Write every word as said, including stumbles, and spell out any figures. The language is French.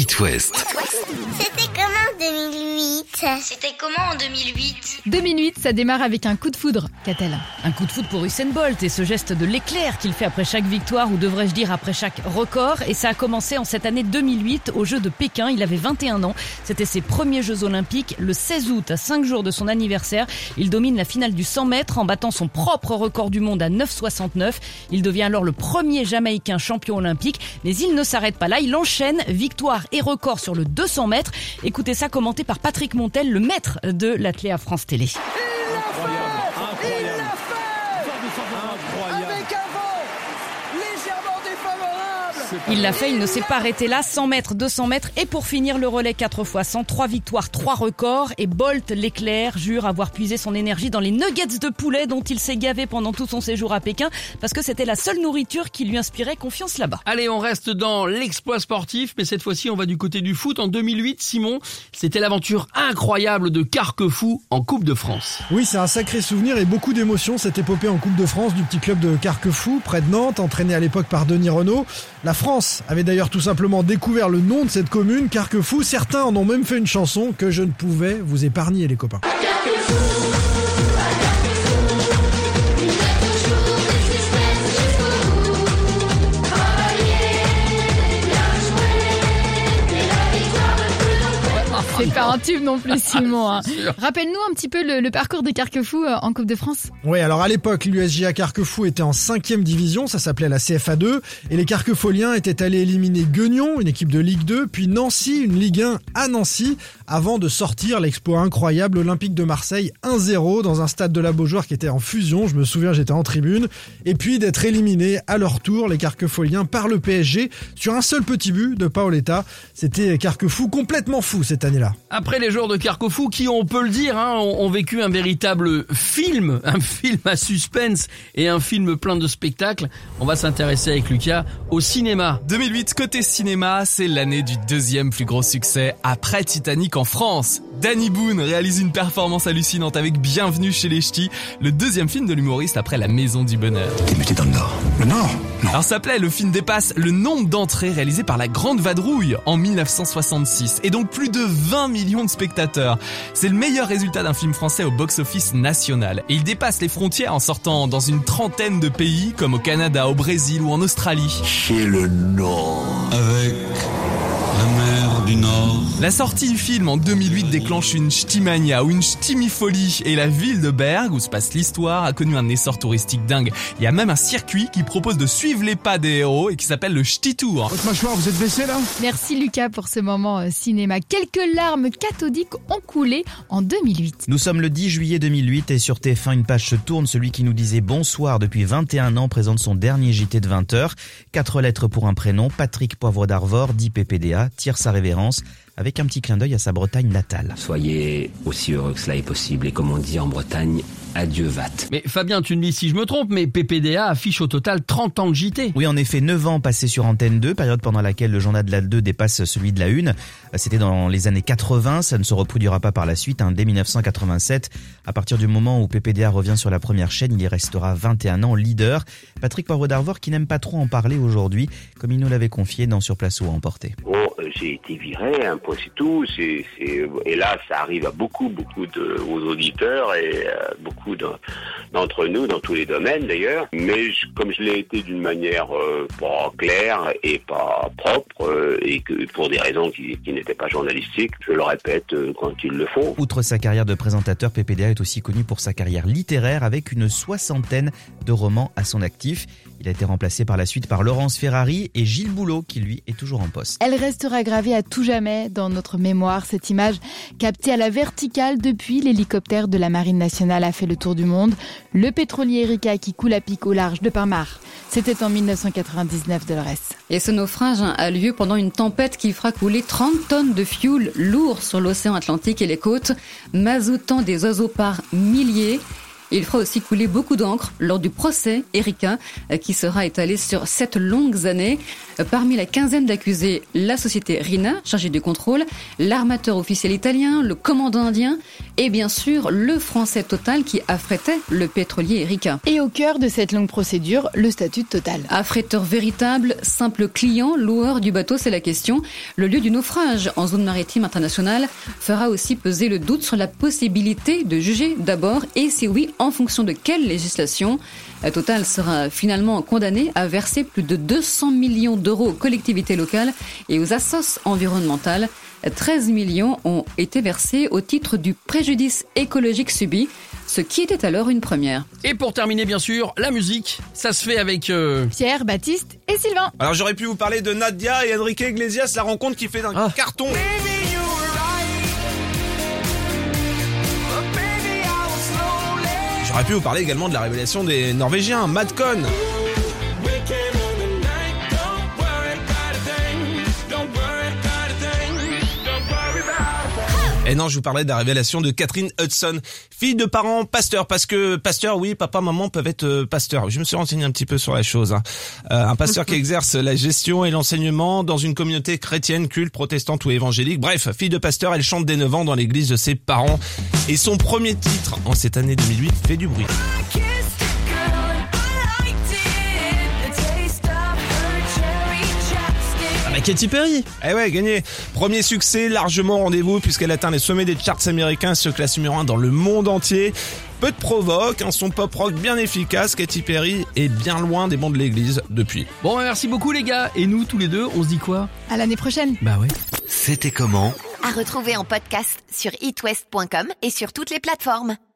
It West. C'était comment en deux mille huit? C'était comment en deux mille huit? deux mille huit, ça démarre avec un coup de foudre, qu'a-t-elle? Un coup de foudre pour Usain Bolt et ce geste de l'éclair qu'il fait après chaque victoire, ou devrais-je dire après chaque record. Et ça a commencé en cette année deux mille huit aux Jeux de Pékin. Il avait vingt et un ans. C'était ses premiers Jeux Olympiques. Le seize août, à cinq jours de son anniversaire, il domine la finale du cent mètres en battant son propre record du monde à neuf virgule soixante-neuf. Il devient alors le premier Jamaïcain champion olympique. Mais il ne s'arrête pas là. Il enchaîne victoire et record sur le deux cents mètres. Écoutez ça commenté par Patrick Montel, le maître de l'athlète à France Télé. Il l'a fait, il ne s'est pas arrêté là, cent mètres, deux cents mètres et pour finir le relais quatre fois cent, trois victoires, trois records et Bolt l'éclair jure avoir puisé son énergie dans les nuggets de poulet dont il s'est gavé pendant tout son séjour à Pékin parce que c'était la seule nourriture qui lui inspirait confiance là-bas. Allez, on reste dans l'exploit sportif, mais cette fois-ci on va du côté du foot. En deux mille huit, Simon, c'était l'aventure incroyable de Carquefou en Coupe de France. Oui, c'est un sacré souvenir et beaucoup d'émotions cette épopée en Coupe de France du petit club de Carquefou, près de Nantes, entraîné à l'époque par Denis Renaud. La France avait d'ailleurs tout simplement découvert le nom de cette commune, Carquefou. Certains en ont même fait une chanson que je ne pouvais vous épargner, les copains. C'est pas un tube non plus, Simon. Hein. Rappelle-nous un petit peu le, le parcours de Carquefou euh, en Coupe de France. Oui, alors à l'époque, l'U S J A Carquefou était en cinquième division, ça s'appelait la C F A deux, et les Carquefoliens étaient allés éliminer Guignon, une équipe de Ligue deux, puis Nancy, une Ligue un à Nancy, avant de sortir l'exploit incroyable Olympique de Marseille un zéro dans un stade de la Beaujoire qui était en fusion, je me souviens, j'étais en tribune, et puis d'être éliminés à leur tour, les Carquefoliens, par le P S G, sur un seul petit but de Paoletta. C'était Carquefou complètement fou cette année-là. Après les joueurs de Carquefou qui, on peut le dire, hein, ont, ont vécu un véritable film, un film à suspense et un film plein de spectacles, on va s'intéresser avec Lucas au cinéma. deux mille huit, côté cinéma, c'est l'année du deuxième plus gros succès après Titanic en France. Danny Boone réalise une performance hallucinante avec Bienvenue chez les Ch'tis, le deuxième film de l'humoriste après La Maison du Bonheur. T'es muté dans le Nord. Le Nord ? Non. Alors ça plaît, le film dépasse le nombre d'entrées réalisées par La Grande Vadrouille en mille neuf cent soixante-six et donc plus de vingt millions de spectateurs. C'est le meilleur résultat d'un film français au box-office national et il dépasse les frontières en sortant dans une trentaine de pays comme au Canada, au Brésil ou en Australie. Chez le Nord. Avec la mer du Nord. La sortie du film en deux mille huit déclenche une ch'timania ou une ch'timifolie et la ville de Bergue, où se passe l'histoire, a connu un essor touristique dingue. Il y a même un circuit qui propose de suivre les pas des héros et qui s'appelle le Ch'ti Tour. Votre mâchoire, vous êtes blessé là ? Merci Lucas pour ce moment euh, cinéma. Quelques larmes cathodiques ont coulé en deux mille huit. Nous sommes le dix juillet deux mille huit et sur T F un, une page se tourne. Celui qui nous disait bonsoir depuis vingt et un ans présente son dernier J T de vingt heures. Quatre lettres pour un prénom, Patrick Poivre d'Arvor, dit P P D A, tire sa révérence avec un petit clin d'œil à sa Bretagne natale. Soyez aussi heureux que cela est possible et comme on dit en Bretagne, adieu Vatte. Mais Fabien, tu me dis si je me trompe, mais P P D A affiche au total trente ans de J T. Oui, en effet, neuf ans passés sur Antenne deux, période pendant laquelle le journal de la deux dépasse celui de la une. C'était dans les années quatre-vingts, ça ne se reproduira pas par la suite, hein, dès mille neuf cent quatre-vingt-sept. À partir du moment où P P D A revient sur la première chaîne, il y restera vingt et un ans leader. Patrick Poivre d'Arvor qui n'aime pas trop en parler aujourd'hui, comme il nous l'avait confié dans Sur Place ou à emporter. Bon, euh, j'ai été viré, un point c'est tout. C'est, c'est, et là, ça arrive à beaucoup, beaucoup de, aux auditeurs et euh, beaucoup de, d'entre nous, dans tous les domaines d'ailleurs. Mais je, comme je l'ai été d'une manière euh, pas claire et pas propre, euh, et que pour des raisons qui, qui n'étaient pas journalistiques, je le répète euh, quand il le faut. Outre sa carrière de présentateur, P P D A est aussi connu pour sa carrière littéraire avec une soixantaine de romans à son actif. Il a été remplacé par la suite par Laurence Ferrari et Gilles Boulot qui lui est toujours en poste. Elle restera gravée à tout jamais dans notre mémoire. Cette image captée à la verticale depuis l'hélicoptère de la Marine nationale a fait le tour du monde. Le pétrolier Erika qui coule à pic au large de Pinmar. C'était en mille neuf cent quatre-vingt-dix-neuf, Dolores. Et ce naufrage a lieu pendant une tempête qui fera couler trente tonnes de fioul lourd sur l'océan Atlantique et les côtes, mazoutant des oiseaux par milliers. Il fera aussi couler beaucoup d'encre lors du procès Erika, qui sera étalé sur sept longues années. Parmi la quinzaine d'accusés, la société Rina, chargée du contrôle, l'armateur officiel italien, le commandant indien et bien sûr le français Total qui affrétait le pétrolier Erika. Et au cœur de cette longue procédure, le statut de Total. Affréteur véritable, simple client, loueur du bateau, c'est la question. Le lieu du naufrage en zone maritime internationale fera aussi peser le doute sur la possibilité de juger d'abord et si oui, en fonction de quelle législation. Total sera finalement condamné à verser plus de deux cents millions d'euros aux collectivités locales et aux assos environnementales. treize millions ont été versés au titre du préjudice écologique subi, ce qui était alors une première. Et pour terminer, bien sûr, la musique, ça se fait avec... Euh... Pierre, Baptiste et Sylvain. Alors j'aurais pu vous parler de Nadia et Enrique Iglesias, la rencontre qui fait un ah. carton. J'aurais pu vous parler également de la révélation des Norvégiens, Madcon. Et non, je vous parlais de la révélation de Catherine Hudson, fille de parents pasteurs, parce que pasteur, oui, papa, maman peuvent être euh, pasteurs. Je me suis renseigné un petit peu sur la chose. Hein. Euh, un pasteur qui exerce la gestion et l'enseignement dans une communauté chrétienne, culte, protestante ou évangélique. Bref, fille de pasteur, elle chante dès neuf ans dans l'église de ses parents. Et son premier titre en cette année deux mille huit fait du bruit. Katy Perry. Eh ouais, gagné. Premier succès, largement au rendez-vous puisqu'elle atteint les sommets des charts américains et se classe numéro un dans le monde entier. Peu de provoque, un son pop rock bien efficace. Katy Perry est bien loin des bancs de l'église depuis. Bon, bah merci beaucoup les gars. Et nous, tous les deux, on se dit quoi ? À l'année prochaine. Bah ouais. C'était comment ? À retrouver en podcast sur it west point com et sur toutes les plateformes.